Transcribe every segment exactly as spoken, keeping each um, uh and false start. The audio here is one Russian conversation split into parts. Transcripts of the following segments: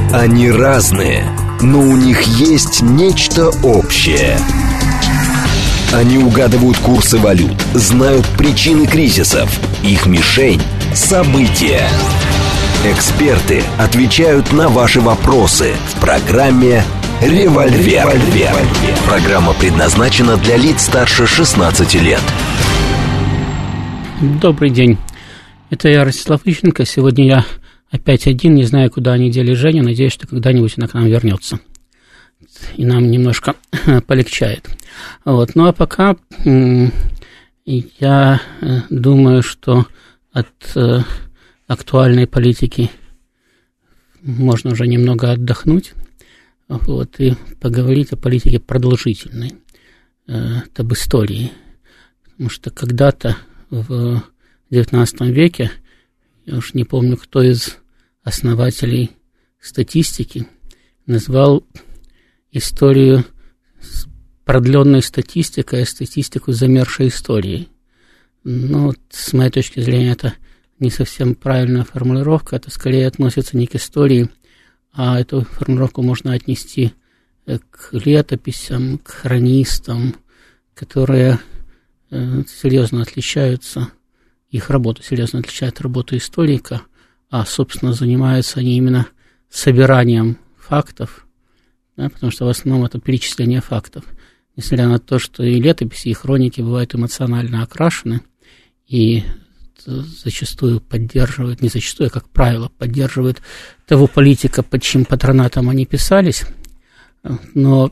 Они разные, но у них есть нечто общее. Они угадывают курсы валют, знают причины кризисов. Их мишень – события. Эксперты отвечают на ваши вопросы в программе «Револьвер». Программа предназначена для лиц старше шестнадцати лет. Добрый день. Это я, Ростислав Ищенко. Сегодня я опять один, не знаю, куда они дели Женю. Надеюсь, что когда-нибудь она к нам вернется. И нам немножко полегчает. Вот. Ну, а пока м- я э, думаю, что от э, актуальной политики можно уже немного отдохнуть. Вот, и поговорить о политике продолжительной, э, об истории. Потому что когда-то в девятнадцатом веке, я уж не помню, кто из основателей статистики назвал историю продленной статистикой, а статистику замерзшей историей. Но вот, с моей точки зрения, это не совсем правильная формулировка, это скорее относится не к истории, а эту формулировку можно отнести к летописям, к хронистам, которые э, серьезно отличаются, их работа серьезно отличает от работы историка, а, собственно, занимаются они именно собиранием фактов, да, потому что в основном это перечисление фактов. Несмотря на то, что и летописи, и хроники бывают эмоционально окрашены, и зачастую поддерживают, не зачастую, а как правило, поддерживают того политика, под чьим патронатом они писались, но,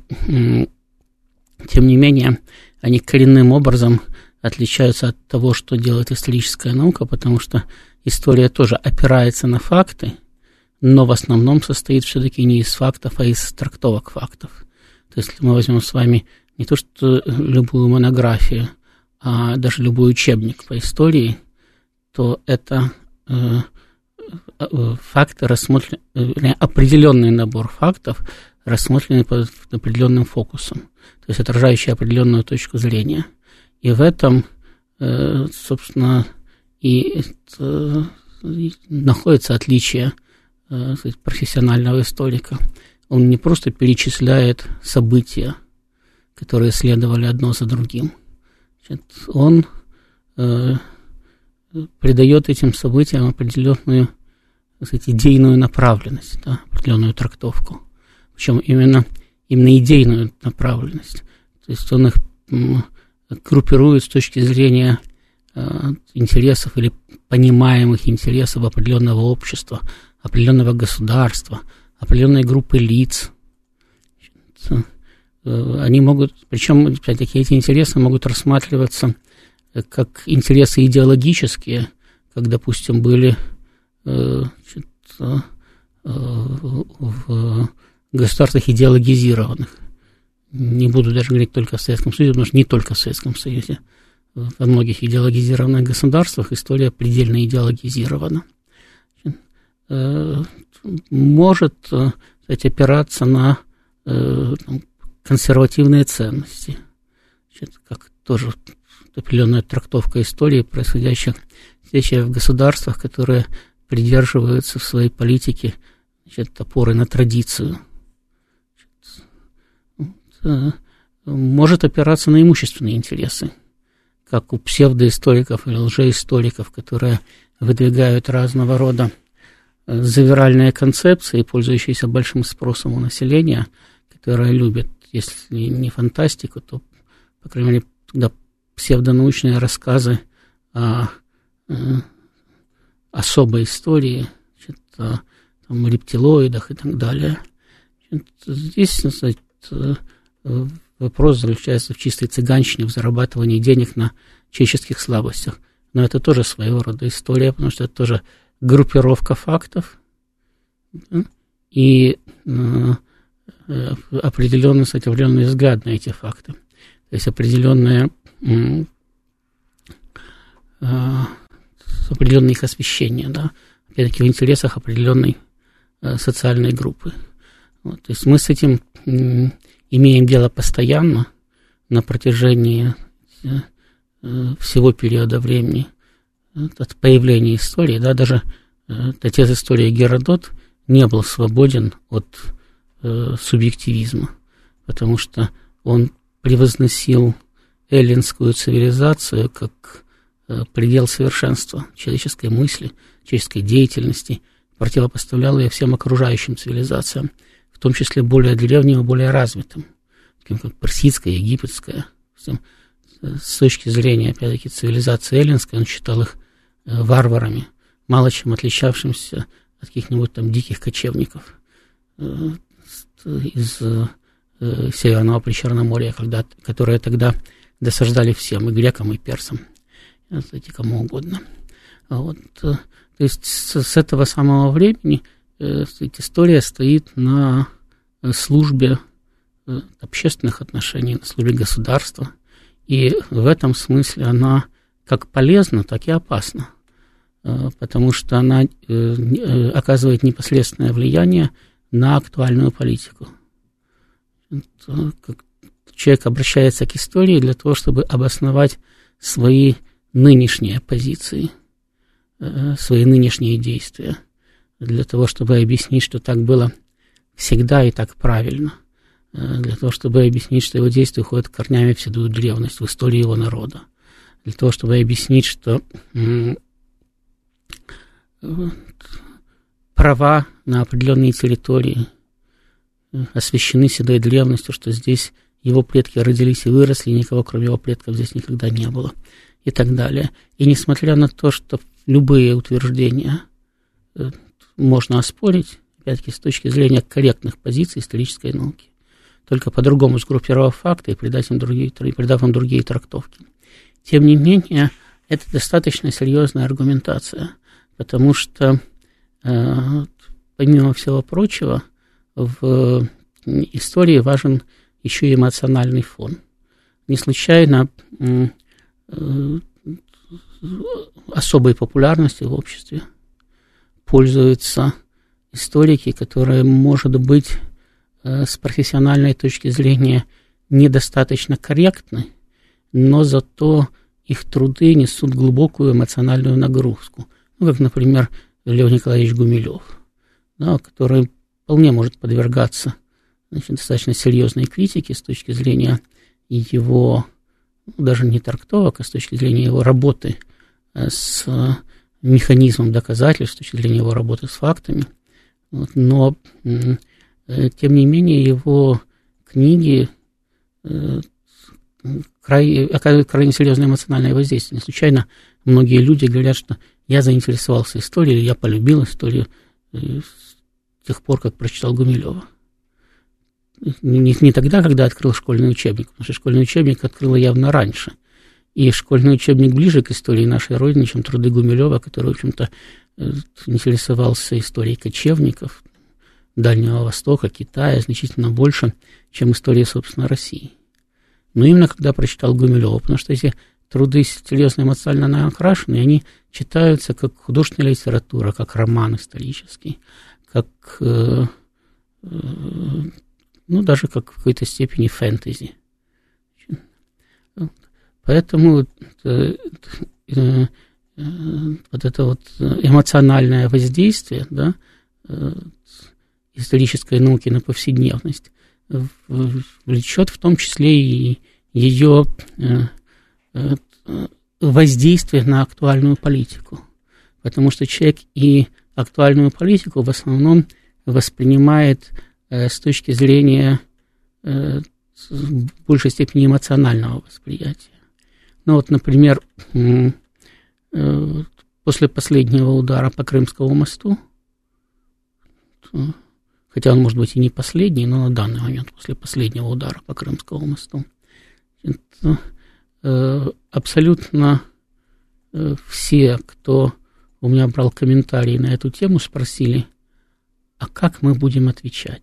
тем не менее, они коренным образом отличаются от того, что делает историческая наука, потому что история тоже опирается на факты, но в основном состоит все-таки не из фактов, а из трактовок фактов. То есть, если мы возьмем с вами не то что любую монографию, а даже любой учебник по истории, то это э, э, факты рассмотрены, э, определенный набор фактов, рассмотренный под определенным фокусом, то есть отражающий определенную точку зрения. И в этом, э, собственно, и э, находится отличие э, профессионального историка. Он не просто перечисляет события, которые следовали одно за другим. Значит, он э, придает этим событиям определенную, так сказать, идейную направленность, да, определенную трактовку. Причем именно, именно идейную направленность. То есть он их м, группирует с точки зрения э, интересов или понимаемых интересов определенного общества, определенного государства, определенной группы лиц. Значит, э, они могут, причем, опять-таки, эти интересы могут рассматриваться как интересы идеологические, как, допустим, были э, значит, э, в государствах идеологизированных. Не буду даже говорить только о Советском Союзе, потому что не только в Советском Союзе. Во многих идеологизированных государствах история предельно идеологизирована. Значит, э, может, кстати, опираться на э, там, консервативные ценности, значит, как тоже определенная трактовка истории, происходящих в государствах, которые придерживаются в своей политике, значит, опоры на традицию. Значит, может опираться на имущественные интересы, как у псевдоисториков или лжеисториков, которые выдвигают разного рода завиральные концепции, пользующиеся большим спросом у населения, которое любит, если не фантастику, то, по крайней мере, тогда псевдонаучные рассказы о э, особой истории, значит, о там, рептилоидах и так далее. Значит, здесь, значит, вопрос заключается в чистой цыганщине, в зарабатывании денег на человеческих слабостях. Но это тоже своего рода история, потому что это тоже группировка фактов, да, и э, определенный, кстати, определенный взгляд на эти факты. То есть определенная определенное их освещение, да, опять-таки в интересах определенной э, социальной группы. Вот, то есть мы с этим м, имеем дело постоянно на протяжении э, всего периода времени э, от появления истории, да, даже э, отец истории Геродот не был свободен от э, субъективизма, потому что он превозносил эллинскую цивилизацию как э, предел совершенства человеческой мысли, человеческой деятельности, противопоставлял ее всем окружающим цивилизациям, в том числе более древним и более развитым, таким как персидская, египетская. С точки зрения, опять-таки, цивилизации эллинской, он считал их э, варварами, мало чем отличавшимся от каких-нибудь там диких кочевников э, из э, Северного Причерноморья, когда, которые тогда досаждали всем, и грекам, и персам, и кому угодно. Вот, э, то есть с, с этого самого времени э, история стоит на службе э, общественных отношений, на службе государства, и в этом смысле она как полезна, так и опасна, э, потому что она э, э, оказывает непосредственное влияние на актуальную политику. Это, как человек обращается к истории для того, чтобы обосновать свои нынешние позиции, свои нынешние действия, для того, чтобы объяснить, что так было всегда и так правильно, для того, чтобы объяснить, что его действия уходят корнями в седую древность, в историю его народа, для того, чтобы объяснить, что права на определенные территории освящены седой древностью, что здесь его предки родились и выросли, никого кроме его предков здесь никогда не было, и так далее. И несмотря на то, что любые утверждения можно оспорить, опять-таки, с точки зрения корректных позиций исторической науки, только по-другому сгруппировав факты и придав им другие, придав им другие трактовки. Тем не менее, это достаточно серьезная аргументация, потому что, помимо всего прочего, в истории важен еще и эмоциональный фон. Не случайно особой популярностью в обществе пользуются историки, которые, может быть, с профессиональной точки зрения недостаточно корректны, но зато их труды несут глубокую эмоциональную нагрузку. Ну, как, например, Лев Николаевич Гумилев, да, который вполне может подвергаться, значит, достаточно серьезной критике с точки зрения его, ну, даже не трактовок, а с точки зрения его работы с механизмом доказательств, с точки зрения его работы с фактами. Вот, но, тем не менее, его книги край, оказывают крайне серьезное эмоциональное воздействие. Не случайно многие люди говорят, что я заинтересовался историей, я полюбил историю с тех пор, как прочитал Гумилева. Не, не тогда, когда открыл школьный учебник, потому что школьный учебник открыл явно раньше. И школьный учебник ближе к истории нашей Родины, чем труды Гумилева, который, в общем-то, интересовался историей кочевников Дальнего Востока, Китая, значительно больше, чем история, собственно, России. Но именно когда прочитал Гумилева, потому что эти труды серьезно эмоционально окрашены, они читаются как художественная литература, как роман исторический, как, э, э, ну, даже как в какой-то степени фэнтези. Поэтому э, э, э, вот это вот эмоциональное воздействие, да, э, исторической науки на повседневность влечет в том числе и ее э, э, воздействие на актуальную политику. Потому что человек и актуальную политику в основном воспринимает э, с точки зрения э, в большей степени эмоционального восприятия. Ну вот, например, э, э, после последнего удара по Крымскому мосту, то, хотя он, может быть, и не последний, но на данный момент, после последнего удара по Крымскому мосту, это, э, абсолютно э, все, кто у меня брал комментарии на эту тему, спросили, а как мы будем отвечать?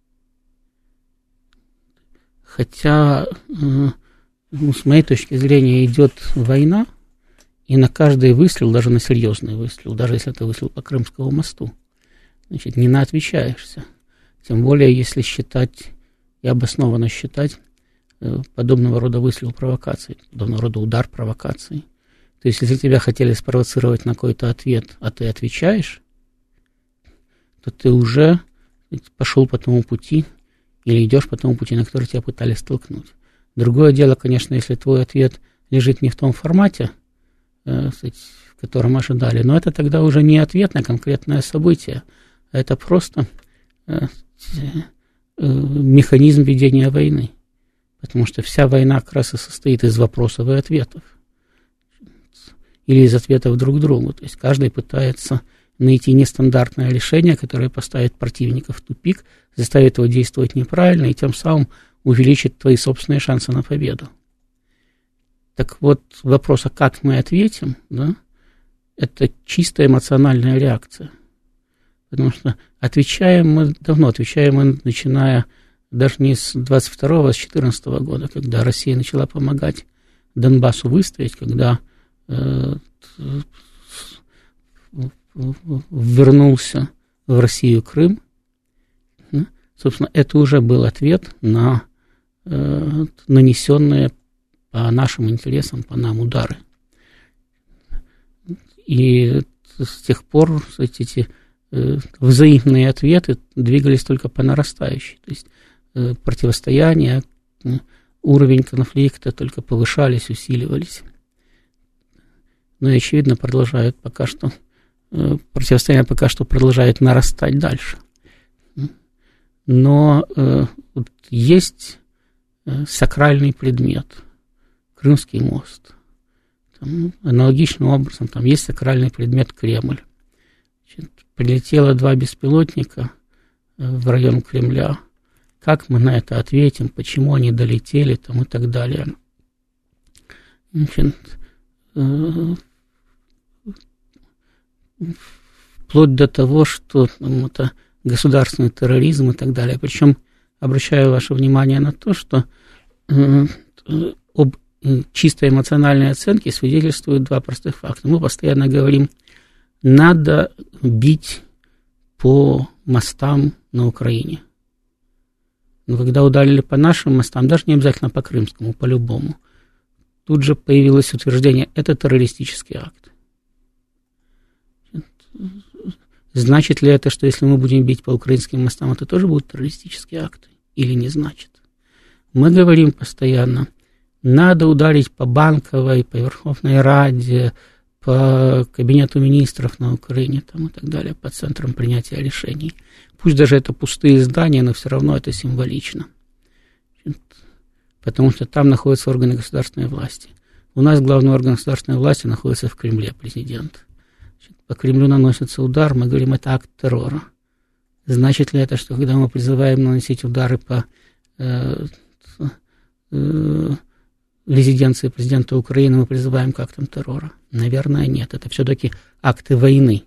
Хотя, э, ну, с моей точки зрения, идет война, и на каждый выстрел, даже на серьезный выстрел, даже если это выстрел по Крымскому мосту, значит, не наотвечаешься. Тем более, если считать, и обоснованно считать, э, подобного рода выстрел провокацией, подобного рода удар провокацией. То есть, если тебя хотели спровоцировать на какой-то ответ, а ты отвечаешь, то ты уже пошел по тому пути или идешь по тому пути, на который тебя пытались столкнуть. Другое дело, конечно, если твой ответ лежит не в том формате, э, в котором ожидали, но это тогда уже не ответ на конкретное событие, а это просто э, э, механизм ведения войны. Потому что вся война как раз и состоит из вопросов и ответов. Или из ответов друг другу. То есть каждый пытается найти нестандартное решение, которое поставит противника в тупик, заставит его действовать неправильно и тем самым увеличит твои собственные шансы на победу. Так вот, вопрос, а как мы ответим, да, это чисто эмоциональная реакция. Потому что отвечаем мы, давно отвечаем мы, начиная даже не с двадцать второго, а с четырнадцатого года, когда Россия начала помогать Донбассу выстоять, когда э, вернулся в Россию Крым. Да? Собственно, это уже был ответ на э, нанесенные по нашим интересам, по нам удары. И с тех пор эти э, взаимные ответы двигались только по нарастающей. То есть э, противостояние, э, уровень конфликта только повышались, усиливались. Но, очевидно, продолжают пока что, э, противостояние пока что продолжает нарастать дальше. Но э, вот есть э, сакральный предмет, Крымский мост. Там, аналогичным образом, там есть сакральный предмет Кремль. Значит, прилетело два беспилотника э, в район Кремля. Как мы на это ответим, почему они долетели там, и так далее. Значит, э, вплоть до того, что там, это государственный терроризм и так далее. Причем обращаю ваше внимание на то, что э, об чисто эмоциональной оценке свидетельствуют два простых факта. Мы постоянно говорим, надо бить по мостам на Украине. Но когда ударили по нашим мостам, даже не обязательно по крымскому, по-любому, тут же появилось утверждение, это террористический акт. Значит ли это, что если мы будем бить по украинским мостам, это тоже будут террористические акты? Или не значит? Мы говорим постоянно, надо ударить по Банковой, по Верховной Раде, по Кабинету министров на Украине там, и так далее, по центрам принятия решений. Пусть даже это пустые здания, но все равно это символично. Потому что там находятся органы государственной власти. У нас главный орган государственной власти находится в Кремле, президент. По Кремлю наносится удар, мы говорим, это акт террора. Значит ли это, что когда мы призываем наносить удары по э, э, резиденции президента Украины, мы призываем к актам террора? Наверное, нет. Это все-таки акты войны.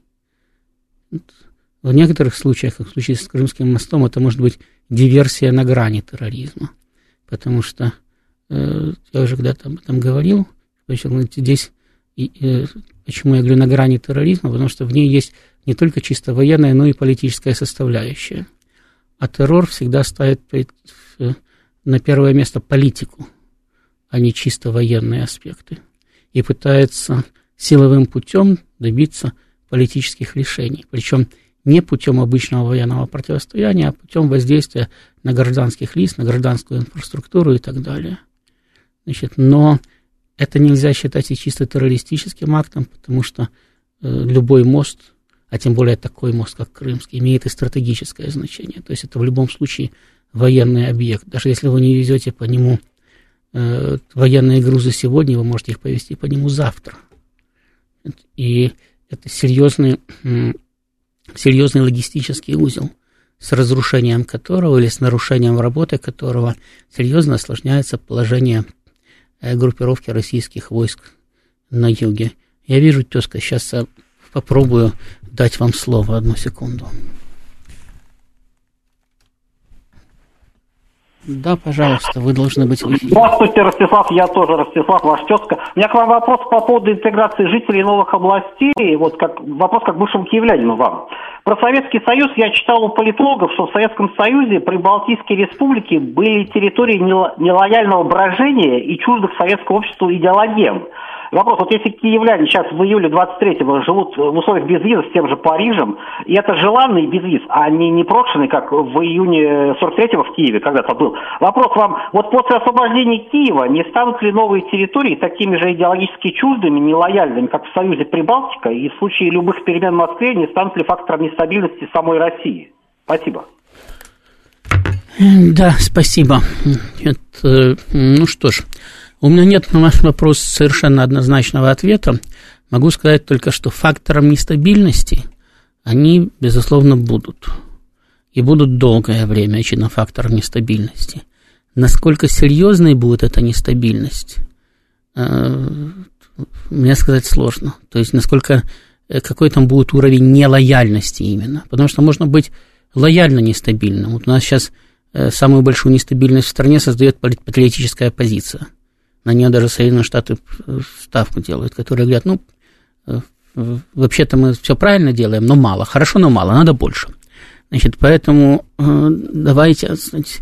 В некоторых случаях, как в случае с Крымским мостом, это может быть диверсия на грани терроризма. Потому что, э, я уже когда-то об этом говорил, здесь, и, э, почему я говорю на грани терроризма, потому что в ней есть не только чисто военная, но и политическая составляющая. А террор всегда ставит на первое место политику, а не чисто военные аспекты. И пытается силовым путем добиться политических решений. Причем не путем обычного военного противостояния, а путем воздействия на гражданских лиц, на гражданскую инфраструктуру и так далее. Значит, но это нельзя считать и чисто террористическим актом, потому что э, любой мост, а тем более такой мост, как Крымский, имеет и стратегическое значение. То есть это в любом случае военный объект. Даже если вы не везете по нему э, военные грузы сегодня, вы можете их повезти по нему завтра. И это серьезный, э, серьезный логистический узел, с разрушением которого или с нарушением работы которого серьезно осложняется положение э, группировки российских войск на юге. Я вижу, тезка, сейчас я попробую дать вам слово. Одну секунду. Да, пожалуйста, вы должны быть в эфире. Здравствуйте, Ростислав, я тоже Ростислав, ваш тезка. У меня к вам вопрос по поводу интеграции жителей новых областей. Вот как вопрос как бывшему киевлянину вам. Про Советский Союз я читал у политологов, что в Советском Союзе прибалтийские республики были территорией нелояльного брожения и чуждых советскому обществу идеологем. Вопрос, вот если киевляне сейчас в июле двадцать третьего живут в условиях безвиза с тем же Парижем, и это желанный безвиз, а не непрошенный, как в июне сорок третьего в Киеве когда-то был. Вопрос вам, вот после освобождения Киева не станут ли новые территории такими же идеологически чуждыми, нелояльными, как в Союзе Прибалтика, и в случае любых перемен в Москве не станут ли фактором нестабильности самой России? Спасибо. Да, спасибо. Это, ну что ж, у меня нет на ваш вопрос совершенно однозначного ответа. Могу сказать только, что фактором нестабильности они, безусловно, будут. И будут долгое время очевидно фактором нестабильности. Насколько серьезной будет эта нестабильность, мне сказать сложно. То есть, насколько, какой там будет уровень нелояльности именно. Потому что можно быть лояльно нестабильным. Вот у нас сейчас самую большую нестабильность в стране создает патриотическая оппозиция. На нее даже Соединенные Штаты ставку делают, которые говорят, ну, вообще-то мы все правильно делаем, но мало. Хорошо, но мало, надо больше. Значит, поэтому давайте, значит,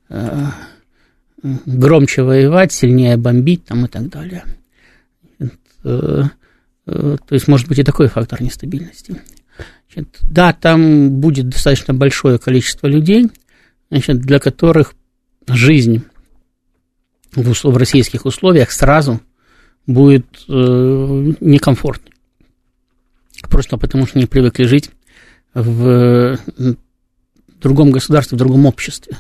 громче воевать, сильнее бомбить там, и так далее. То есть, может быть, и такой фактор нестабильности. Значит, да, там будет достаточно большое количество людей, значит, для которых жизнь в, в российских условиях сразу будет э, некомфортной. Просто потому, что они привыкли жить в другом государстве, в другом обществе.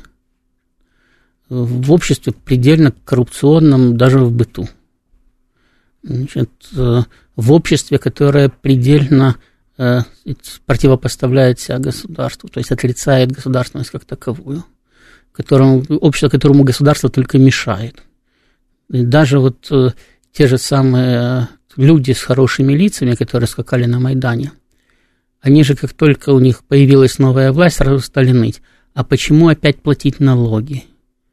В обществе предельно коррупционном даже в быту. Значит, э, в обществе, которое предельно э, противопоставляет себя государству, то есть отрицает государственность как таковую. Которому, общество, которому государство только мешает. И даже вот э, те же самые люди с хорошими лицами, которые скакали на Майдане, они же, как только у них появилась новая власть, сразу стали ныть. А почему опять платить налоги?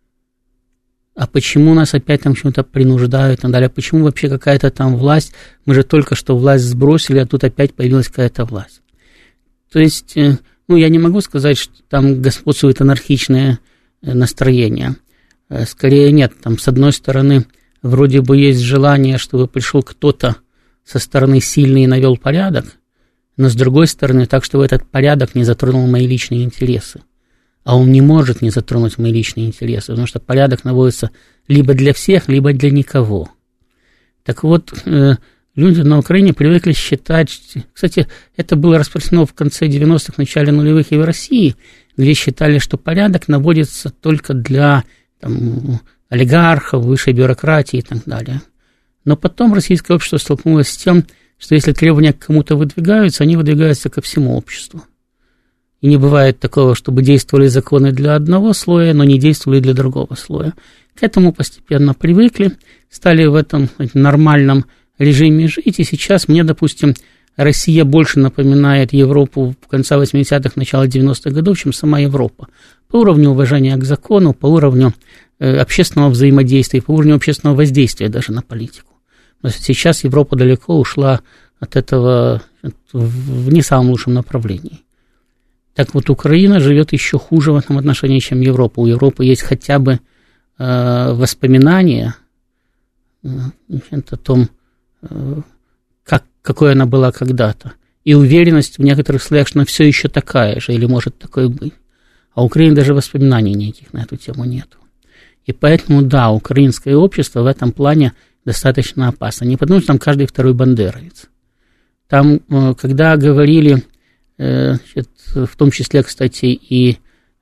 А почему нас опять там чему-то принуждают и так далее? А почему вообще какая-то там власть? Мы же только что власть сбросили, а тут опять появилась какая-то власть. То есть, э, ну, я не могу сказать, что там господствует анархичное настроение. Скорее нет, там с одной стороны вроде бы есть желание, чтобы пришел кто-то со стороны сильный и навел порядок, но с другой стороны так, чтобы этот порядок не затронул мои личные интересы. А он не может не затронуть мои личные интересы, потому что порядок наводится либо для всех, либо для никого. Так вот, люди на Украине привыкли считать, кстати, это было распространено в конце девяностых, начале нулевых и в России, где считали, что порядок наводится только для там, олигархов, высшей бюрократии и так далее. Но потом российское общество столкнулось с тем, что если требования к кому-то выдвигаются, они выдвигаются ко всему обществу. И не бывает такого, чтобы действовали законы для одного слоя, но не действовали для другого слоя. К этому постепенно привыкли, стали в этом нормальном режиме жить, и сейчас мне, допустим, Россия больше напоминает Европу в конце восьмидесятых, начало девяностых годов, чем сама Европа. По уровню уважения к закону, по уровню э, общественного взаимодействия, по уровню общественного воздействия даже на политику. Но сейчас Европа далеко ушла от этого в не самом лучшем направлении. Так вот, Украина живет еще хуже в этом отношении, чем Европа. У Европы есть хотя бы э, воспоминания э, о том, э, как, какой она была когда-то, и уверенность в некоторых слоях, что она все еще такая же, или может такой быть. А у Украины даже воспоминаний никаких на эту тему нет. И поэтому, да, украинское общество в этом плане достаточно опасно. Не потому, что там каждый второй бандеровец. Там, когда говорили, значит, в том числе, кстати, и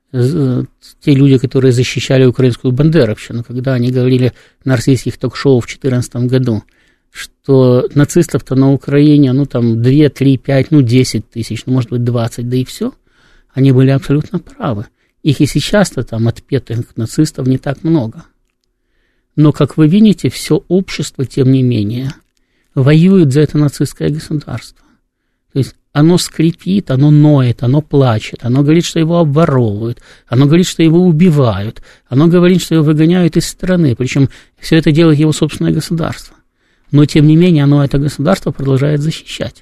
те люди, которые защищали украинскую бандеровщину, когда они говорили на российских ток-шоу в две тысячи четырнадцатом году, что нацистов-то на Украине, ну, там, два, три, пять, ну, десять тысяч, ну, может быть, двадцать, да и все, они были абсолютно правы. Их и сейчас-то там отпетых нацистов не так много. Но, как вы видите, все общество, тем не менее, воюет за это нацистское государство. То есть оно скрипит, оно ноет, оно плачет, оно говорит, что его обворовывают, оно говорит, что его убивают, оно говорит, что его выгоняют из страны, причем все это делает его собственное государство. Но, тем не менее, оно это государство продолжает защищать.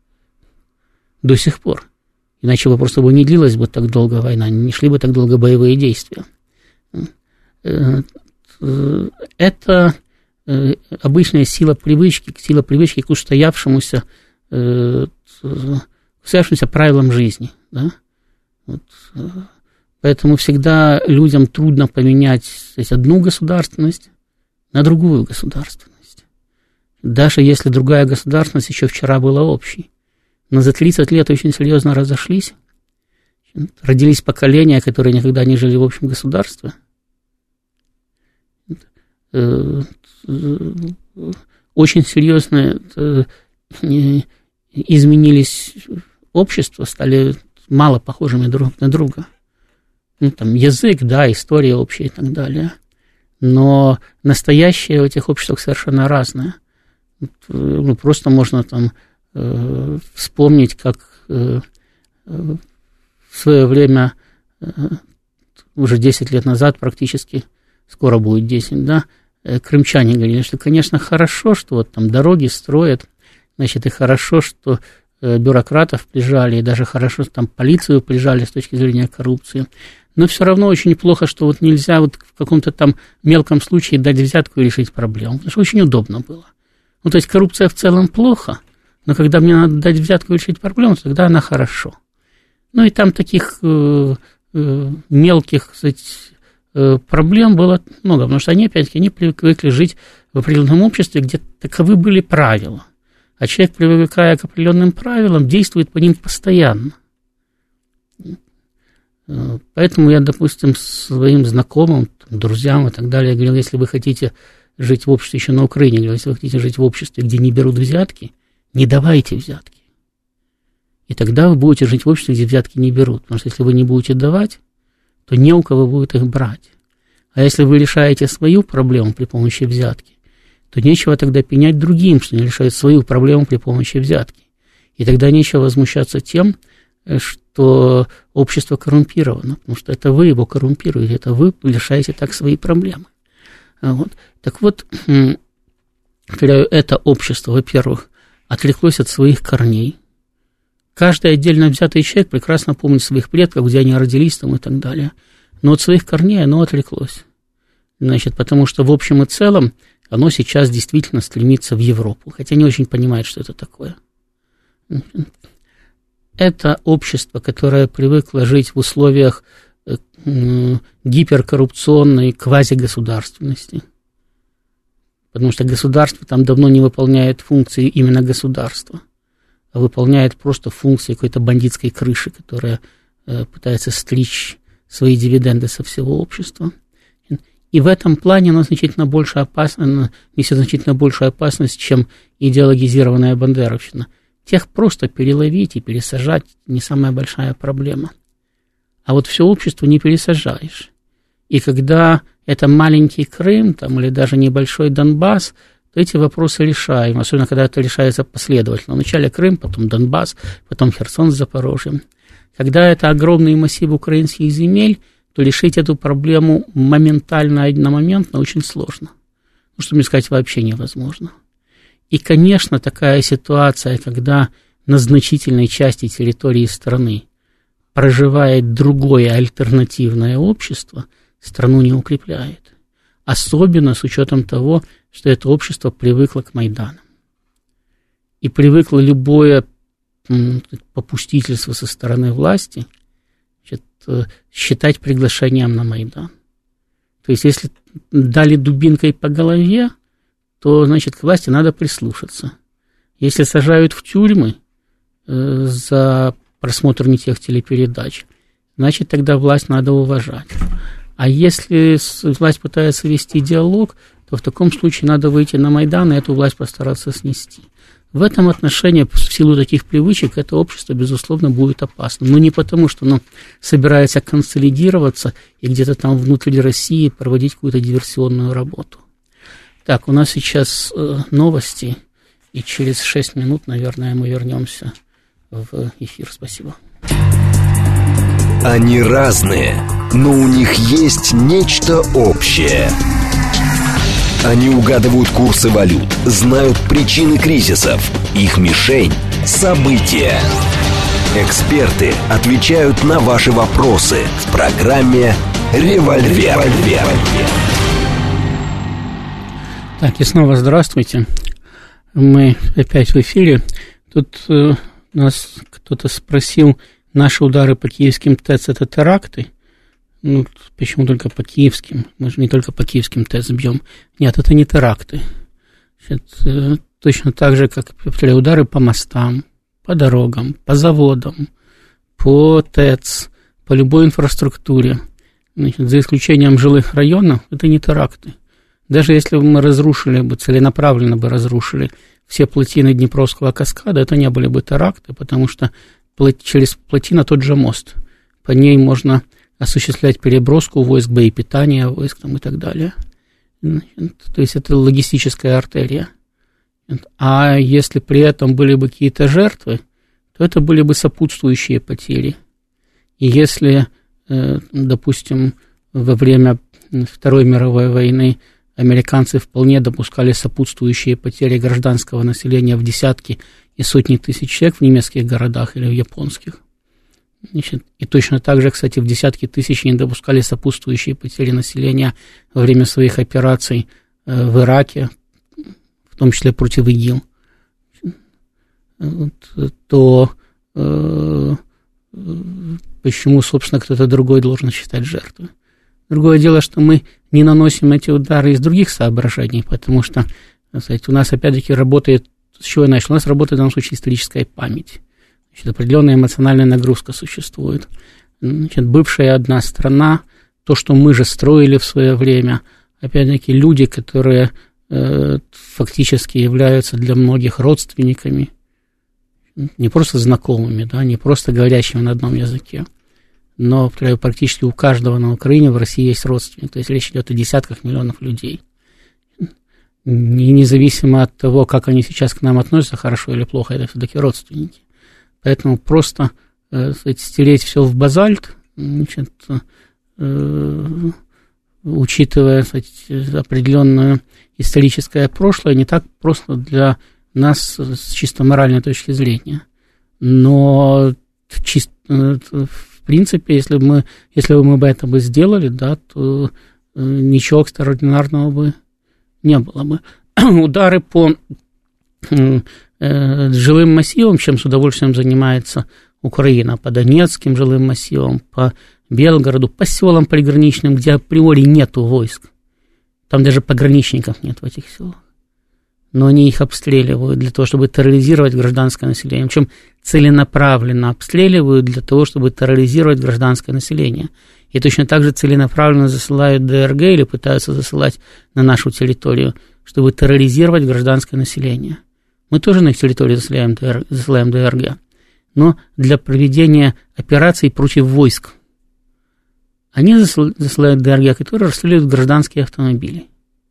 До сих пор. Иначе бы просто бы не длилась бы так долго война, не шли бы так долго боевые действия. Это э, обычная сила привычки, сила привычки к устоявшемуся, э, устоявшимся правилам жизни, да? Вот. Поэтому всегда людям трудно поменять, то есть, одну государственность на другую государственность. Даже если другая государственность еще вчера была общей. Но за тридцать лет очень серьезно разошлись. Родились поколения, которые никогда не жили в общем государстве. Очень серьезно изменились общества, стали мало похожими друг на друга. Ну, там, язык, да, история общая и так далее. Но настоящее в этих обществах совершенно разное. Ну, просто можно там э, вспомнить, как э, в свое время, э, уже десять лет назад практически, скоро будет десять, да, э, крымчане говорили, что, конечно, хорошо, что вот там дороги строят, значит, и хорошо, что э, бюрократов прижали, и даже хорошо, что там полицию прижали с точки зрения коррупции. Но все равно очень плохо, что вот нельзя вот в каком-то там мелком случае дать взятку и решить проблему, потому что очень удобно было. Ну, то есть коррупция в целом плохо, но когда мне надо дать взятку и решить проблему, тогда она хорошо. Ну, и там таких э, э, мелких, кстати, э, проблем было много, потому что они, опять-таки, они привыкли жить в определенном обществе, где таковы были правила. А человек, привыкая к определенным правилам, действует по ним постоянно. Поэтому я, допустим, своим знакомым, друзьям и так далее говорил, если вы хотите жить в обществе, еще на Украине, говорил, если вы хотите жить в обществе, где не берут взятки, не давайте взятки. И тогда вы будете жить в обществе, где взятки не берут. Потому что если вы не будете давать, то не у кого будет их брать. А если вы решаете свою проблему при помощи взятки, то нечего тогда пенять другим, что они решают свою проблему при помощи взятки. И тогда нечего возмущаться тем, что общество коррумпировано, потому что это вы его коррумпируете, это вы решаете так свои проблемы. Вот. Так вот, когда это общество, во-первых, отреклось от своих корней, каждый отдельно взятый человек прекрасно помнит своих предков, где они родились там и так далее, но от своих корней оно отреклось. Значит, потому что в общем и целом оно сейчас действительно стремится в Европу, хотя не очень понимает, что это такое. Это общество, которое привыкло жить в условиях гиперкоррупционной квазигосударственности, потому что государство там давно не выполняет функции именно государства, а выполняет просто функции какой-то бандитской крыши, которая пытается стричь свои дивиденды со всего общества. И в этом плане оно значительно больше опасно, несет значительно большую опасность, чем идеологизированная бандеровщина. Тех просто переловить и пересажать не самая большая проблема. А вот все общество не пересажаешь. И когда это маленький Крым, там, или даже небольшой Донбасс, то эти вопросы решаем, особенно когда это решается последовательно. Вначале Крым, потом Донбасс, потом Херсон с Запорожьем. Когда это огромный массив украинских земель, то решить эту проблему моментально, одномоментно очень сложно. Ну, чтобы не сказать, вообще невозможно. И, конечно, такая ситуация, когда на значительной части территории страны проживает другое альтернативное общество, страну не укрепляет. Особенно с учетом того, что это общество привыкло к Майданам. И привыкло любое попустительство со стороны власти, значит, считать приглашением на Майдан. То есть, если дали дубинкой по голове, то, значит, к власти надо прислушаться. Если сажают в тюрьмы э, за просмотр не тех телепередач, значит, тогда власть надо уважать. А если власть пытается вести диалог, то в таком случае надо выйти на Майдан и эту власть постараться снести. В этом отношении, в силу таких привычек, это общество, безусловно, будет опасно. Но не потому, что оно собирается консолидироваться и где-то там внутри России проводить какую-то диверсионную работу. Так, у нас сейчас э, новости, и через шесть минут, наверное, мы вернемся в эфир. Спасибо. Они разные, но у них есть нечто общее. Они угадывают курсы валют, знают причины кризисов. Их мишень – события. Эксперты отвечают на ваши вопросы в программе «Револьвер». Так, и снова здравствуйте. Мы опять в эфире. Тут э, нас кто-то спросил, наши удары по киевским ТЭЦ – это теракты? Ну, почему только по киевским? Мы же не только по киевским ТЭЦ бьем. Нет, это не теракты. Значит, э, точно так же, как, повторяю, удары по мостам, по дорогам, по заводам, по ТЭЦ, по любой инфраструктуре. Значит, за исключением жилых районов, это не теракты. Даже если бы мы разрушили бы, целенаправленно бы разрушили все плотины Днепровского каскада, это не были бы теракты, потому что через плотину тот же мост. По ней можно осуществлять переброску войск, боепитание войск там, и так далее. То есть это логистическая артерия. А если при этом были бы какие-то жертвы, то это были бы сопутствующие потери. И если, допустим, во время Второй мировой войны американцы вполне допускали сопутствующие потери гражданского населения в десятки и сотни тысяч человек в немецких городах или в японских. Значит, и точно так же, кстати, в десятки тысяч не допускали сопутствующие потери населения во время своих операций в Ираке, в том числе против ИГИЛ. То э, почему, собственно, кто-то другой должен считать жертвой? Другое дело, что мы не наносим эти удары из других соображений, потому что, сказать, у нас, опять-таки, работает, с чего я начал, у нас работает в данном случае историческая память. Значит, определенная эмоциональная нагрузка существует. Значит, бывшая одна страна, то, что мы же строили в свое время, опять-таки, люди, которые э, фактически являются для многих родственниками, не просто знакомыми, да, не просто говорящими на одном языке, но практически у каждого на Украине, в России есть родственник. То есть речь идет о десятках миллионов людей. И независимо от того, как они сейчас к нам относятся, хорошо или плохо, это все-таки родственники. Поэтому просто э, сказать, стереть все в базальт, значит, э, учитывая сказать, определенное историческое прошлое, не так просто для нас с чисто моральной точки зрения. Но чисто, в принципе, если бы мы, если бы мы бы это бы сделали, да, то ничего экстраординарного бы не было бы. Удары по э, жилым массивам, чем с удовольствием занимается Украина, по Донецким жилым массивам, по Белгороду, по селам приграничным, где априори нету войск. Там даже пограничников нет в этих селах. Но они их обстреливают для того, чтобы терроризировать гражданское население. Причем целенаправленно обстреливают для того, чтобы терроризировать гражданское население. И точно так же целенаправленно засылают ДРГ или пытаются засылать на нашу территорию, чтобы терроризировать гражданское население. Мы тоже на их территорию засылаем ДРГ, засылаем ДРГ, но для проведения операций против войск. Они засылают ДРГ, которые расстреливают гражданские автомобили.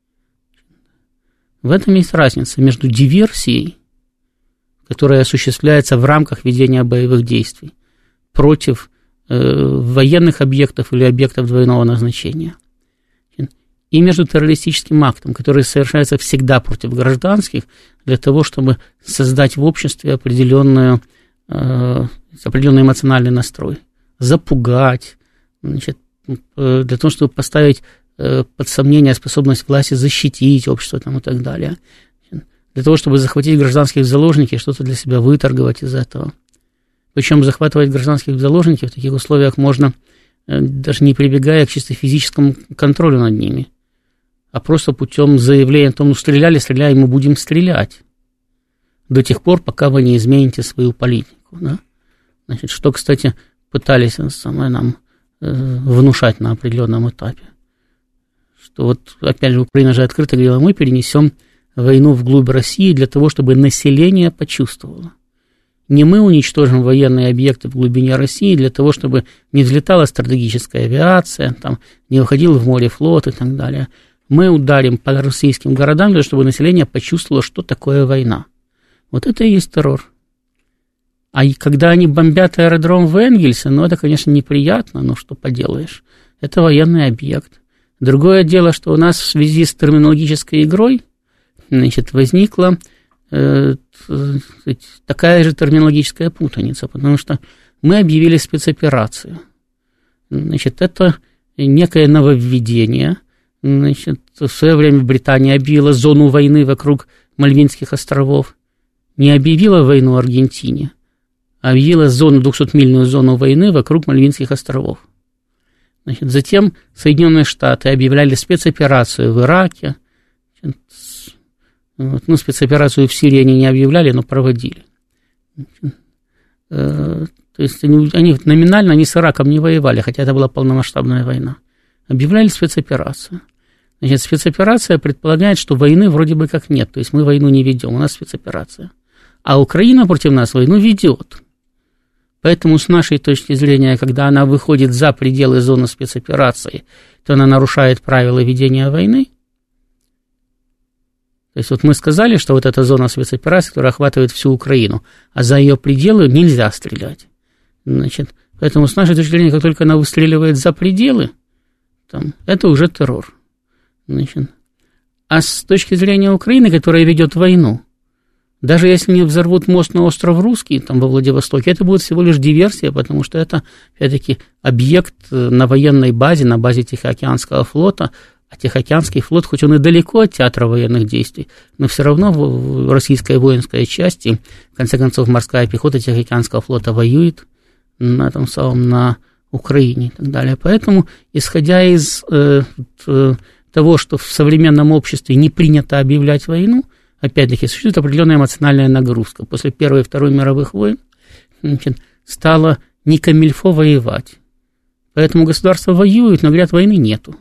В этом есть разница между диверсией, которая осуществляется в рамках ведения боевых действий, против э, военных объектов или объектов двойного назначения, и между террористическим актом, который совершается всегда против гражданских, для того, чтобы создать в обществе определенную, э, определенный эмоциональный настрой, запугать, значит, э, для того, чтобы поставить под сомнение способность власти защитить общество там, и так далее, для того, чтобы захватить гражданских в заложники и что-то для себя выторговать из этого. Причем захватывать гражданских в заложники в таких условиях можно, даже не прибегая к чисто физическому контролю над ними, а просто путем заявления о том, ну, стреляли, стреляем, мы будем стрелять до тех пор, пока вы не измените свою политику. Да? Значит, что, кстати, пытались самое нам внушать на определенном этапе. Что вот, опять же, Украина же открыто говорила, мы перенесем войну вглубь России для того, чтобы население почувствовало. Не мы уничтожим военные объекты в глубине России для того, чтобы не взлетала стратегическая авиация, там, не выходил в море флот и так далее. Мы ударим по российским городам для того, чтобы население почувствовало, что такое война. Вот это и есть террор. А когда они бомбят аэродром в Энгельсе, ну, это, конечно, неприятно, но что поделаешь. Это военный объект. Другое дело, что у нас в связи с терминологической игрой, значит, возникла э, такая же терминологическая путаница, потому что мы объявили спецоперацию. Значит, это некое нововведение, Значит, в свое время Британия объявила зону войны вокруг Мальвинских островов. Не объявила войну Аргентине, а объявила зону, двухсотмильную зону войны вокруг Мальвинских островов. Значит, затем Соединенные Штаты объявляли спецоперацию в Ираке. Значит, вот, ну, спецоперацию в Сирии они не объявляли, но проводили. Значит, э, то есть они, они номинально они с Ираком не воевали, хотя это была полномасштабная война. Объявляли спецоперацию. Значит, спецоперация предполагает, что войны вроде бы как нет, то есть мы войну не ведем, у нас спецоперация. А Украина против нас войну ведет. Поэтому с нашей точки зрения, когда она выходит за пределы зоны спецоперации, то она нарушает правила ведения войны. То есть вот мы сказали, что вот эта зона спецоперации, которая охватывает всю Украину, а за ее пределы нельзя стрелять. Значит, поэтому с нашей точки зрения, как только она выстреливает за пределы, там, это уже террор. Значит, а с точки зрения Украины, которая ведет войну, даже если не взорвут мост на остров Русский, там во Владивостоке, это будет всего лишь диверсия, потому что это, опять-таки, объект на военной базе, на базе Тихоокеанского флота, а Тихоокеанский флот, хоть он и далеко от театра военных действий, но все равно в российской воинской части, в конце концов, морская пехота Тихоокеанского флота воюет на, там, самом, на Украине и так далее. Поэтому, исходя из э, того, что в современном обществе не принято объявлять войну, опять-таки, существует определенная эмоциональная нагрузка. После Первой и Второй мировых войн, значит, стало не камильфо воевать. Поэтому государства воюют, но говорят, войны нету.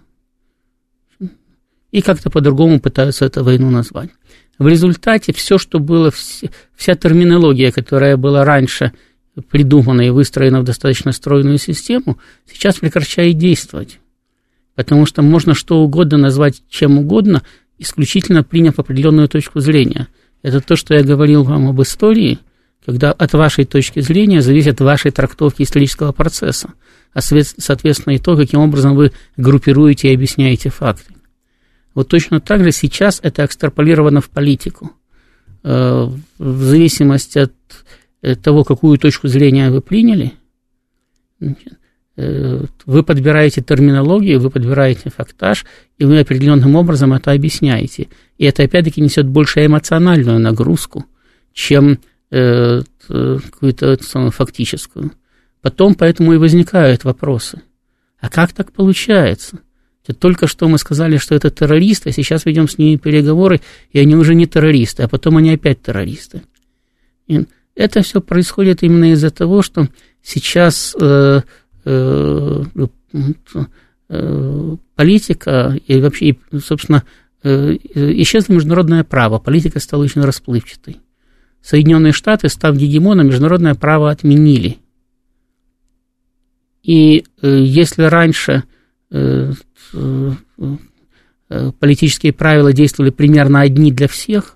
И как-то по-другому пытаются эту войну назвать. В результате все, что было, вся терминология, которая была раньше придумана и выстроена в достаточно стройную систему, сейчас прекращает действовать. Потому что можно что угодно назвать чем угодно, исключительно приняв определенную точку зрения. Это то, что я говорил вам об истории, когда от вашей точки зрения зависит вашей трактовки исторического процесса, а соответственно и то, каким образом вы группируете и объясняете факты. Вот точно так же сейчас это экстраполировано в политику. В зависимости от того, какую точку зрения вы приняли, вы подбираете терминологию, вы подбираете фактаж, и вы определенным образом это объясняете. И это, опять-таки, несет больше эмоциональную нагрузку, чем э, какую-то самую фактическую. Потом поэтому и возникают вопросы. А как так получается? Только что мы сказали, что это террористы, а сейчас ведем с ними переговоры, и они уже не террористы, а потом они опять террористы. И это все происходит именно из-за того, что сейчас э, э, э, политика и вообще, и, собственно, э, исчезло международное право, политика стала очень расплывчатой. Соединенные Штаты, став гегемоном, международное право отменили. И э, если раньше э, э, э, политические правила действовали примерно одни для всех,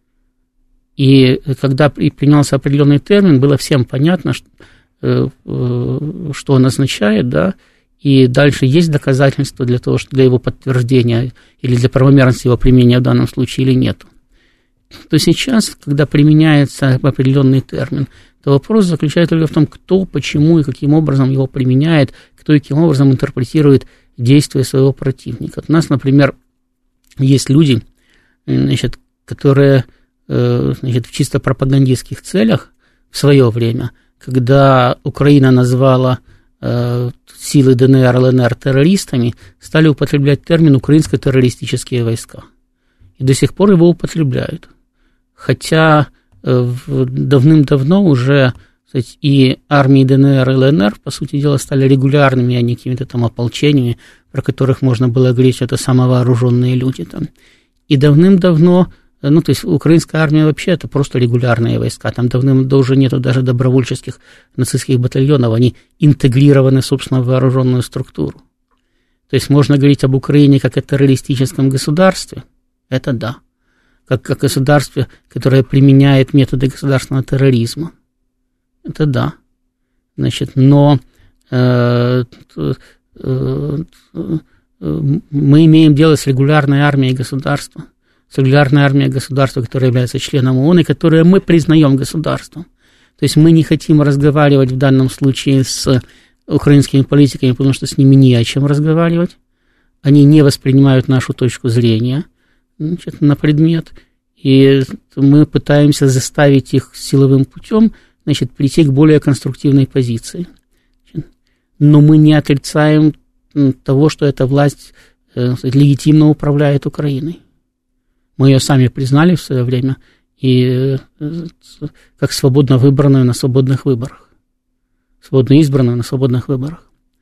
и когда принялся определенный термин, было всем понятно, что, э, э, что он означает, да, и дальше есть доказательства для того, что для его подтверждения или для правомерности его применения в данном случае или нет. То сейчас, когда применяется определенный термин, то вопрос заключается только в том, кто, почему и каким образом его применяет, кто и каким образом интерпретирует действия своего противника. У нас, например, есть люди, значит, которые, значит, в чисто пропагандистских целях в свое время, когда Украина назвала силы ДНР, ЛНР террористами, стали употреблять термин «украинско-террористические войска». И до сих пор его употребляют. Хотя давным-давно уже, кстати, и армии ДНР и ЛНР, по сути дела, стали регулярными, а не какими-то там ополчениями, про которых можно было говорить, что это самовооруженные люди там. И давным-давно, ну, то есть украинская армия вообще это просто регулярные войска, там давным-давно уже нету даже добровольческих нацистских батальонов, они интегрированы, собственно, в вооруженную структуру. То есть можно говорить об Украине как о террористическом государстве, это да, как о государстве, которое применяет методы государственного терроризма, это да. Значит, но э, э, э, мы имеем дело с регулярной армией государства, с регулярной армией государства, которая является членом ООН и которое мы признаем государством. То есть мы не хотим разговаривать в данном случае с украинскими политиками, потому что с ними не о чем разговаривать. они не воспринимают нашу точку зрения, значит, на предмет, и мы пытаемся заставить их силовым путем, значит, прийти к более конструктивной позиции. Но мы не отрицаем того, что эта власть э, легитимно управляет Украиной. Мы ее сами признали в свое время, и э, как свободно выбранную на свободных выборах. Свободно избранную на свободных выборах.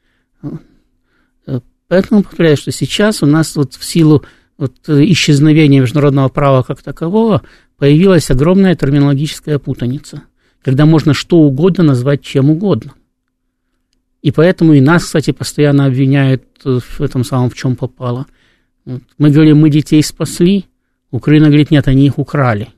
Поэтому повторяю, что сейчас у нас вот в силу вот исчезновения международного права как такового появилась огромная терминологическая путаница, когда можно что угодно назвать чем угодно. И поэтому и нас, кстати, постоянно обвиняют в этом самом, в чем попало. Мы говорим, мы детей спасли, Украина говорит, нет, они их украли.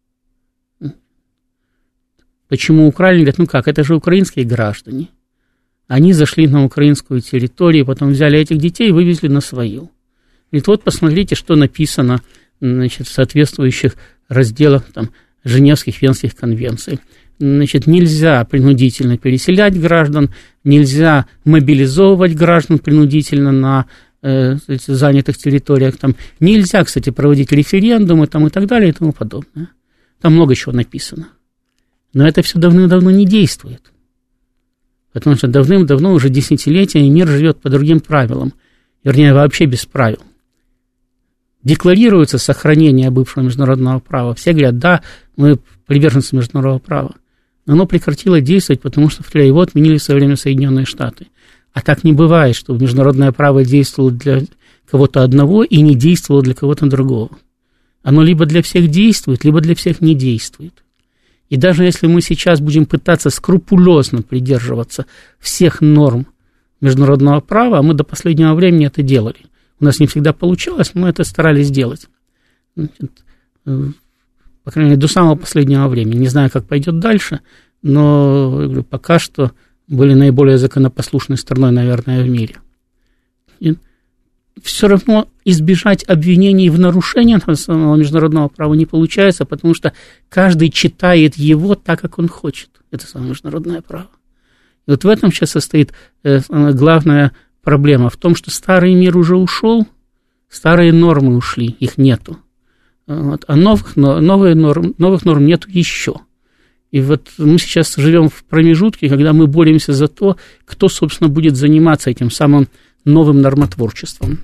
Почему украли? Говорят, ну как, это же украинские граждане. Они зашли на украинскую территорию, потом взяли этих детей и вывезли на свою. Говорит, вот посмотрите, что написано, значит, в соответствующих разделах там, Женевских, Венских конвенций. Значит, нельзя принудительно переселять граждан, нельзя мобилизовывать граждан принудительно на э, занятых территориях. Там, нельзя, кстати, проводить референдумы там, и так далее и тому подобное. Там много чего написано. Но это все давным-давно не действует. Потому что давным-давно, уже десятилетия, мир живет по другим правилам. Вернее, вообще без правил. Декларируется сохранение бывшего международного права. Все говорят, да, мы приверженцы международного права. Но оно прекратило действовать, потому что, повторяю, его отменили в свое время Соединенные Штаты. А так не бывает, что международное право действовало для кого-то одного и не действовало для кого-то другого. Оно либо для всех действует, либо для всех не действует. И даже если мы сейчас будем пытаться скрупулезно придерживаться всех норм международного права, а мы до последнего времени это делали. У нас не всегда получалось, но мы это старались делать. Значит, по крайней мере, до самого последнего времени. Не знаю, как пойдет дальше, но говорю, пока что были наиболее законопослушной страной, наверное, в мире. И все равно избежать обвинений в нарушении международного права не получается, потому что каждый читает его так, как он хочет. Это самое международное право. И вот в этом сейчас состоит главная проблема, в том, что старый мир уже ушел, старые нормы ушли, их нету. Вот, а новых, новые норм, новых норм нету еще. И вот мы сейчас живем в промежутке, когда мы боремся за то, кто, собственно, будет заниматься этим самым новым нормотворчеством.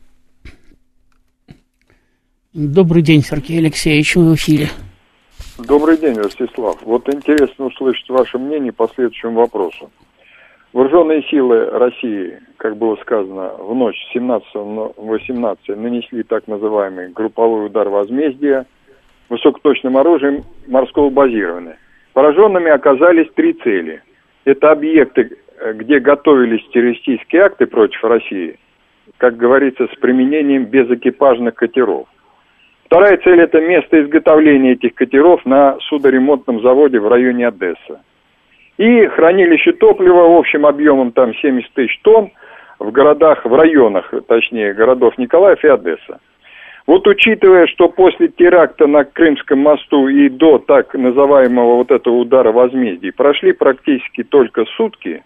Добрый день, Сергей Алексеевич, вы в эфире. Добрый день, Ростислав. Вот интересно услышать ваше мнение по следующему вопросу. Вооруженные силы России, как было сказано, в ночь с семнадцатого на восемнадцатое нанесли так называемый групповой удар возмездия высокоточным оружием морского базирования. Пораженными оказались три цели. Это объекты, где готовились террористические акты против России, как говорится, с применением безэкипажных катеров. Вторая цель – это место изготовления этих катеров на судоремонтном заводе в районе Одессы. И хранилище топлива общим объемом там семьдесят тысяч тонн в городах, в районах, точнее, городов Николаев и Одесса. Вот учитывая, что после теракта на Крымском мосту и до так называемого вот этого удара возмездия прошли практически только сутки,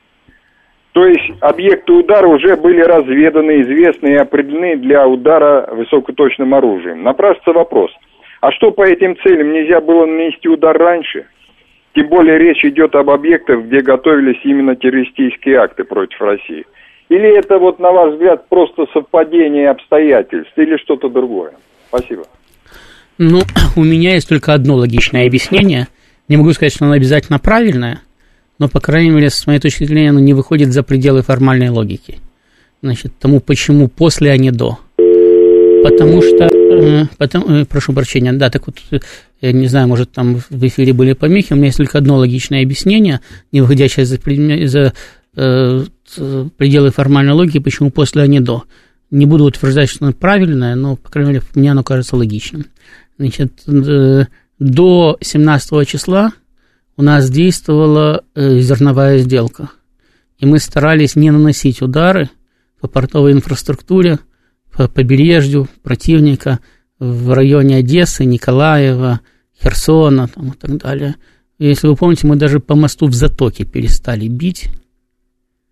то есть объекты удара уже были разведаны, известны и определены для удара высокоточным оружием. Напрашивается вопрос, а что по этим целям нельзя было нанести удар раньше? Тем более речь идет об объектах, где готовились именно террористические акты против России. Или это, вот, на ваш взгляд, просто совпадение обстоятельств, или что-то другое? Спасибо. Ну, у меня есть только одно логичное объяснение. Не могу сказать, что оно обязательно правильное, но, по крайней мере, с моей точки зрения, оно не выходит за пределы формальной логики. Значит, тому, почему после, а не до. Потому что, э, потому, э, прошу прощения, да, так вот, я не знаю, может, там в эфире были помехи, у меня есть только одно логичное объяснение, не выходящее за, за э, пределы формальной логики, почему после, а не до. Не буду утверждать, что оно правильное, но, по крайней мере, мне оно кажется логичным. Значит, э, до семнадцатого числа у нас действовала э, зерновая сделка, и мы старались не наносить удары по портовой инфраструктуре, по побережью противника в районе Одессы, Николаева, Херсона там, и так далее. И если вы помните, мы даже по мосту в Затоке перестали бить.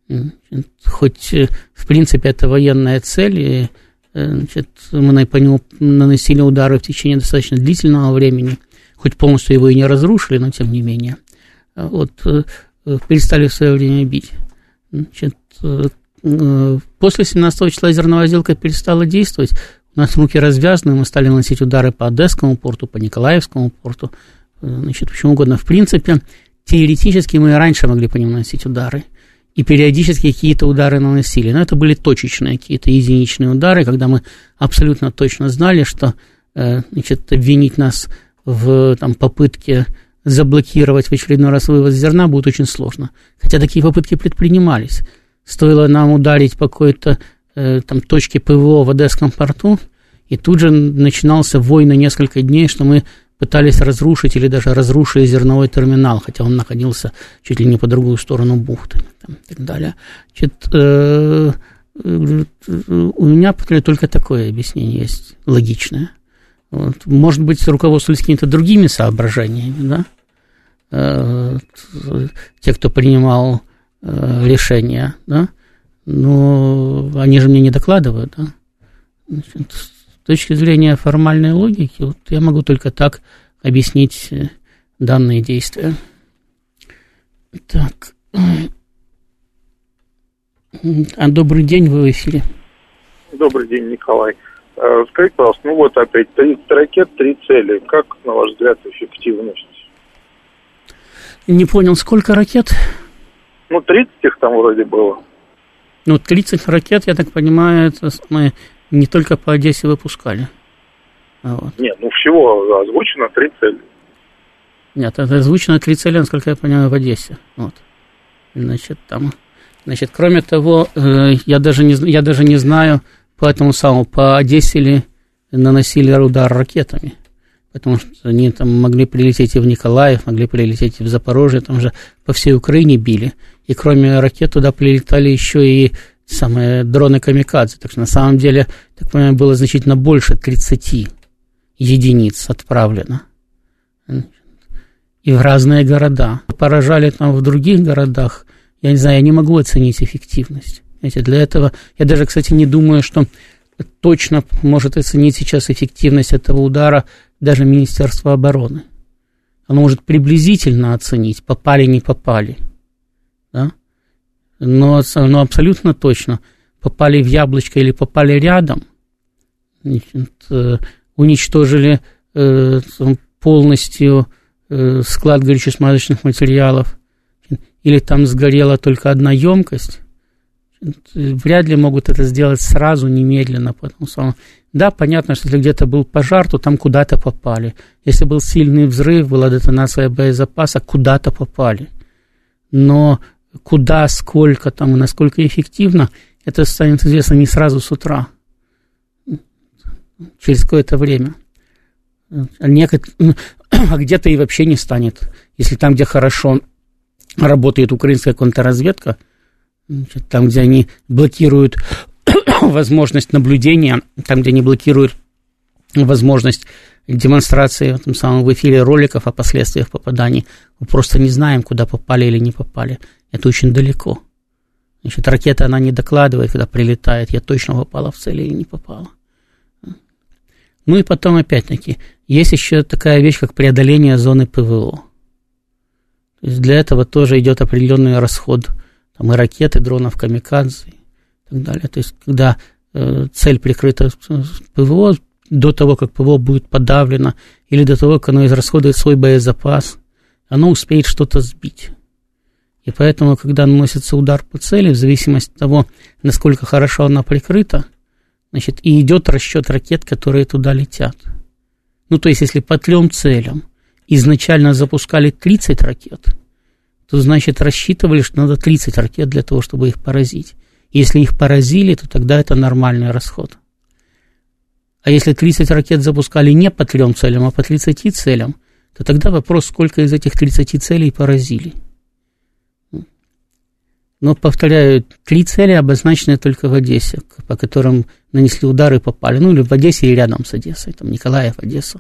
Хоть, в принципе, это военная цель, и значит, мы по нему наносили удары в течение достаточно длительного времени, хоть полностью его и не разрушили, но тем не менее. Вот, перестали в свое время бить. Значит, после семнадцатого числа зерновая сделка перестала действовать, у нас руки развязаны, мы стали наносить удары по Одесскому порту, по Николаевскому порту, значит, почему угодно. В принципе, теоретически мы и раньше могли по ним наносить удары, и периодически какие-то удары наносили, но это были точечные, какие-то единичные удары, когда мы абсолютно точно знали, что, значит, обвинить нас в там, попытке заблокировать в очередной раз вывоз зерна будет очень сложно, хотя такие попытки предпринимались. Стоило нам ударить по какой-то э, там точке ПВО в Одесском порту, и тут же начинался вой на несколько дней, что мы пытались разрушить или даже разрушили зерновой терминал, хотя он находился чуть ли не по другую сторону бухты там, и так далее. Значит, э, э, у меня только такое объяснение есть, логичное. Вот. Может быть, руководствовались какими-то другими соображениями, да? Э, те, кто принимал решения, да, но они же мне не докладывают, да. Значит, с точки зрения формальной логики, вот я могу только так объяснить данные действия. Так. А добрый день, вы в эфире. Добрый день, Николай. Скажите, пожалуйста, ну вот опять тридцать ракет, три цели. Как, на ваш взгляд, эффективность? Не понял, сколько ракет? Ну, тридцать их там вроде было. Ну, тридцать ракет, я так понимаю, это мы не только по Одессе выпускали. А вот. Нет, ну всего озвучено три цели. Нет, это озвучено три цели, насколько я понимаю, в Одессе. Вот. Значит, там... Значит, кроме того, я даже не, я даже не знаю по этому самому, по Одессе ли наносили удар ракетами. Потому что они там могли прилететь и в Николаев, могли прилететь и в Запорожье, там же по всей Украине били. И кроме ракет туда прилетали еще и самые дроны камикадзе. Так что на самом деле, так понимаю, было значительно больше тридцати единиц отправлено. И в разные города. Поражали там в других городах. Я не знаю, я не могу оценить эффективность. Знаете, для этого я даже, кстати, не думаю, что точно может оценить сейчас эффективность этого удара даже Министерство обороны. Оно может приблизительно оценить, попали, не попали. Да? Но, но абсолютно точно, попали в яблочко или попали рядом, значит, уничтожили э, полностью э, склад горюче-смазочных материалов, или там сгорела только одна емкость, вряд ли могут это сделать сразу, немедленно. Потому что, да, понятно, что если где-то был пожар, то там куда-то попали. Если был сильный взрыв, была детонация боезапаса, куда-то попали. Но куда, сколько там и насколько эффективно, это станет известно не сразу с утра, через какое-то время. А, некотор... а где-то и вообще не станет. Если там, где хорошо работает украинская контрразведка, значит, там, где они блокируют возможность наблюдения, там, где они блокируют возможность демонстрации в том самом в эфире роликов о последствиях попаданий, мы просто не знаем, куда попали или не попали. Это очень далеко. Значит, ракета, она не докладывает, когда прилетает, я точно попала в цель или не попала. Ну и потом, опять-таки, есть еще такая вещь, как преодоление зоны ПВО. То есть для этого тоже идет определенный расход там, и ракет, и дронов камикадзе и так далее. То есть когда э, цель прикрыта ПВО, до того, как ПВО будет подавлено, или до того, как оно израсходует свой боезапас, оно успеет что-то сбить. И поэтому, когда наносится удар по цели, в зависимости от того, насколько хорошо она прикрыта, значит, и идет расчет ракет, которые туда летят. Ну, то есть, если по трем целям изначально запускали тридцать ракет, то, значит, рассчитывали, что надо тридцать ракет для того, чтобы их поразить. Если их поразили, то тогда это нормальный расход. А если тридцать ракет запускали не по трем целям, а по тридцати целям, то тогда вопрос, сколько из этих тридцати целей поразили. Но, повторяю, три цели обозначены только в Одессе, по которым нанесли удары и попали. Ну, или в Одессе и рядом с Одессой, там Николаев, Одесса.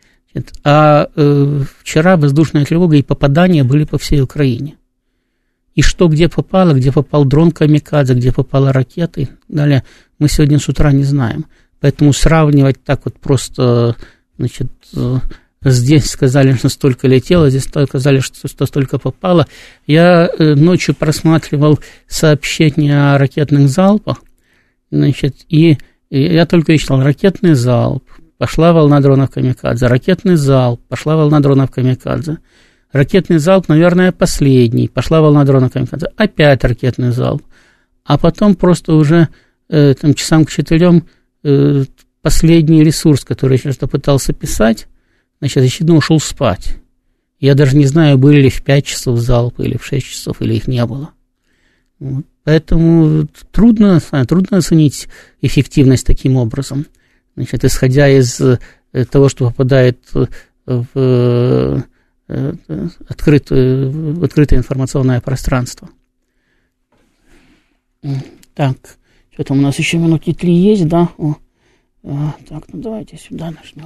А э, вчера воздушная тревога и попадания были по всей Украине. И что где попало, где попал дрон камикадзе, где попала ракета и далее, мы сегодня с утра не знаем. Поэтому сравнивать так вот просто, значит, здесь сказали, что столько летело, здесь сказали, что, что столько попало. Я ночью просматривал сообщения о ракетных залпах, значит, и я только и читал ракетный залп, пошла волна дронов камикадзе, ракетный залп, пошла волна дронов камикадзе. Ракетный залп, наверное, последний. Пошла волна дрона камикадзе. Опять ракетный залп. А потом просто уже э, там, часам к четырем э, последний ресурс, который я что-то пытался писать, значит, очевидно, ушел спать. Я даже не знаю, были ли в пять часов залпы, или в шесть часов, или их не было. Вот. Поэтому трудно, трудно оценить эффективность таким образом. Значит, исходя из того, что попадает в Открытое, открытое информационное пространство. Так, что там у нас еще минуты три есть, да? О, а, так, ну давайте сюда начнем.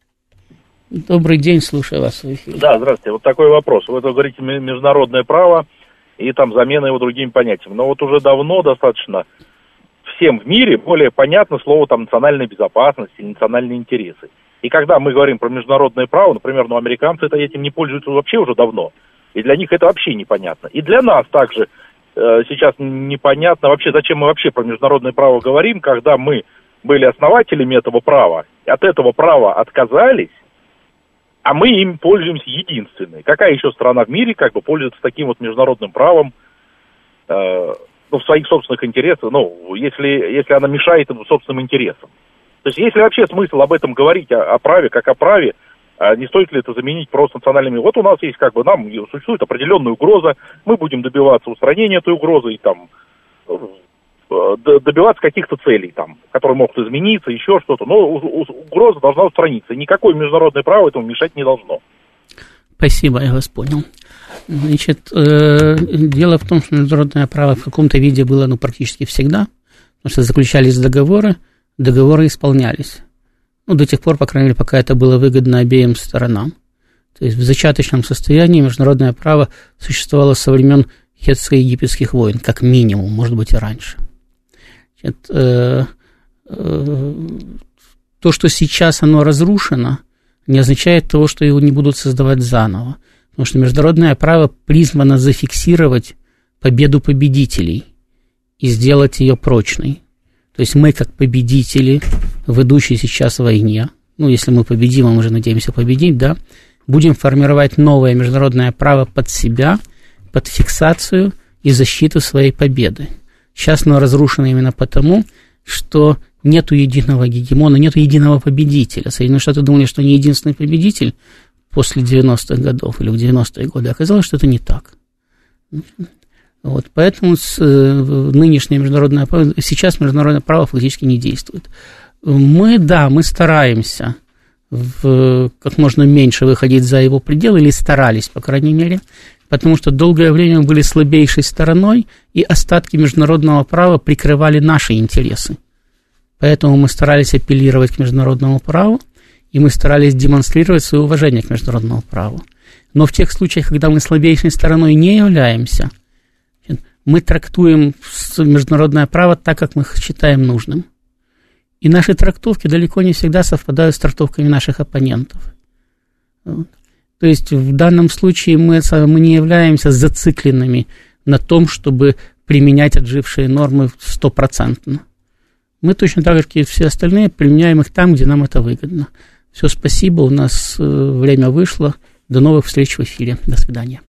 Добрый день, слушаю вас в эфире. Да, здравствуйте. Вот такой вопрос. Вы говорите международное право и там замена его другими понятиями. Но вот уже давно достаточно всем в мире более понятно слово там национальная безопасность или национальные интересы. И когда мы говорим про международное право, например, ну, американцы это этим не пользуются вообще уже давно. И для них это вообще непонятно. И для нас также э, сейчас непонятно вообще, зачем мы вообще про международное право говорим, когда мы были основателями этого права, от этого права отказались, а мы им пользуемся единственной. Какая еще страна в мире как бы пользуется таким вот международным правом, э, ну, в своих собственных интересах, ну, если, если она мешает им собственным интересам. То есть, есть ли вообще смысл об этом говорить, о, о праве, как о праве, а не стоит ли это заменить просто национальными? Вот у нас есть, как бы, нам существует определенная угроза, мы будем добиваться устранения этой угрозы и там добиваться каких-то целей, там, которые могут измениться, еще что-то. Но угроза должна устраниться, и никакое международное право этому мешать не должно. Спасибо, я вас понял. Значит, э, дело в том, что международное право в каком-то виде было, ну, практически всегда, потому что заключались договоры, договоры исполнялись. Ну, до тех пор, по крайней мере, пока это было выгодно обеим сторонам. То есть в зачаточном состоянии международное право существовало со времен хеттско-египетских войн, как минимум, может быть, и раньше. Значит, э, э, то, что сейчас оно разрушено, не означает того, что его не будут создавать заново. Потому что международное право призвано зафиксировать победу победителей и сделать ее прочной. То есть мы, как победители в идущей сейчас войне, ну, если мы победим, а мы же надеемся победить, да, будем формировать новое международное право под себя, под фиксацию и защиту своей победы. Сейчас оно разрушено именно потому, что нету единого гегемона, нету единого победителя. Соединенные Штаты думали, что они единственный победитель после девяностых годов или в девяностые годы. Оказалось, что это не так. Вот, поэтому с, э, нынешнее международное право, сейчас международное право фактически не действует. Мы, да, мы стараемся в, как можно меньше выходить за его пределы, или старались, по крайней мере, потому что долгое время мы были слабейшей стороной, и остатки международного права прикрывали наши интересы. Поэтому мы старались апеллировать к международному праву, и мы старались демонстрировать свое уважение к международному праву. Но в тех случаях, когда мы слабейшей стороной не являемся, мы трактуем международное право так, как мы считаем нужным. И наши трактовки далеко не всегда совпадают с трактовками наших оппонентов. Вот. То есть в данном случае мы, мы не являемся зацикленными на том, чтобы применять отжившие нормы стопроцентно. Мы точно так же, как и все остальные, применяем их там, где нам это выгодно. Все, спасибо, у нас время вышло. До новых встреч в эфире. До свидания.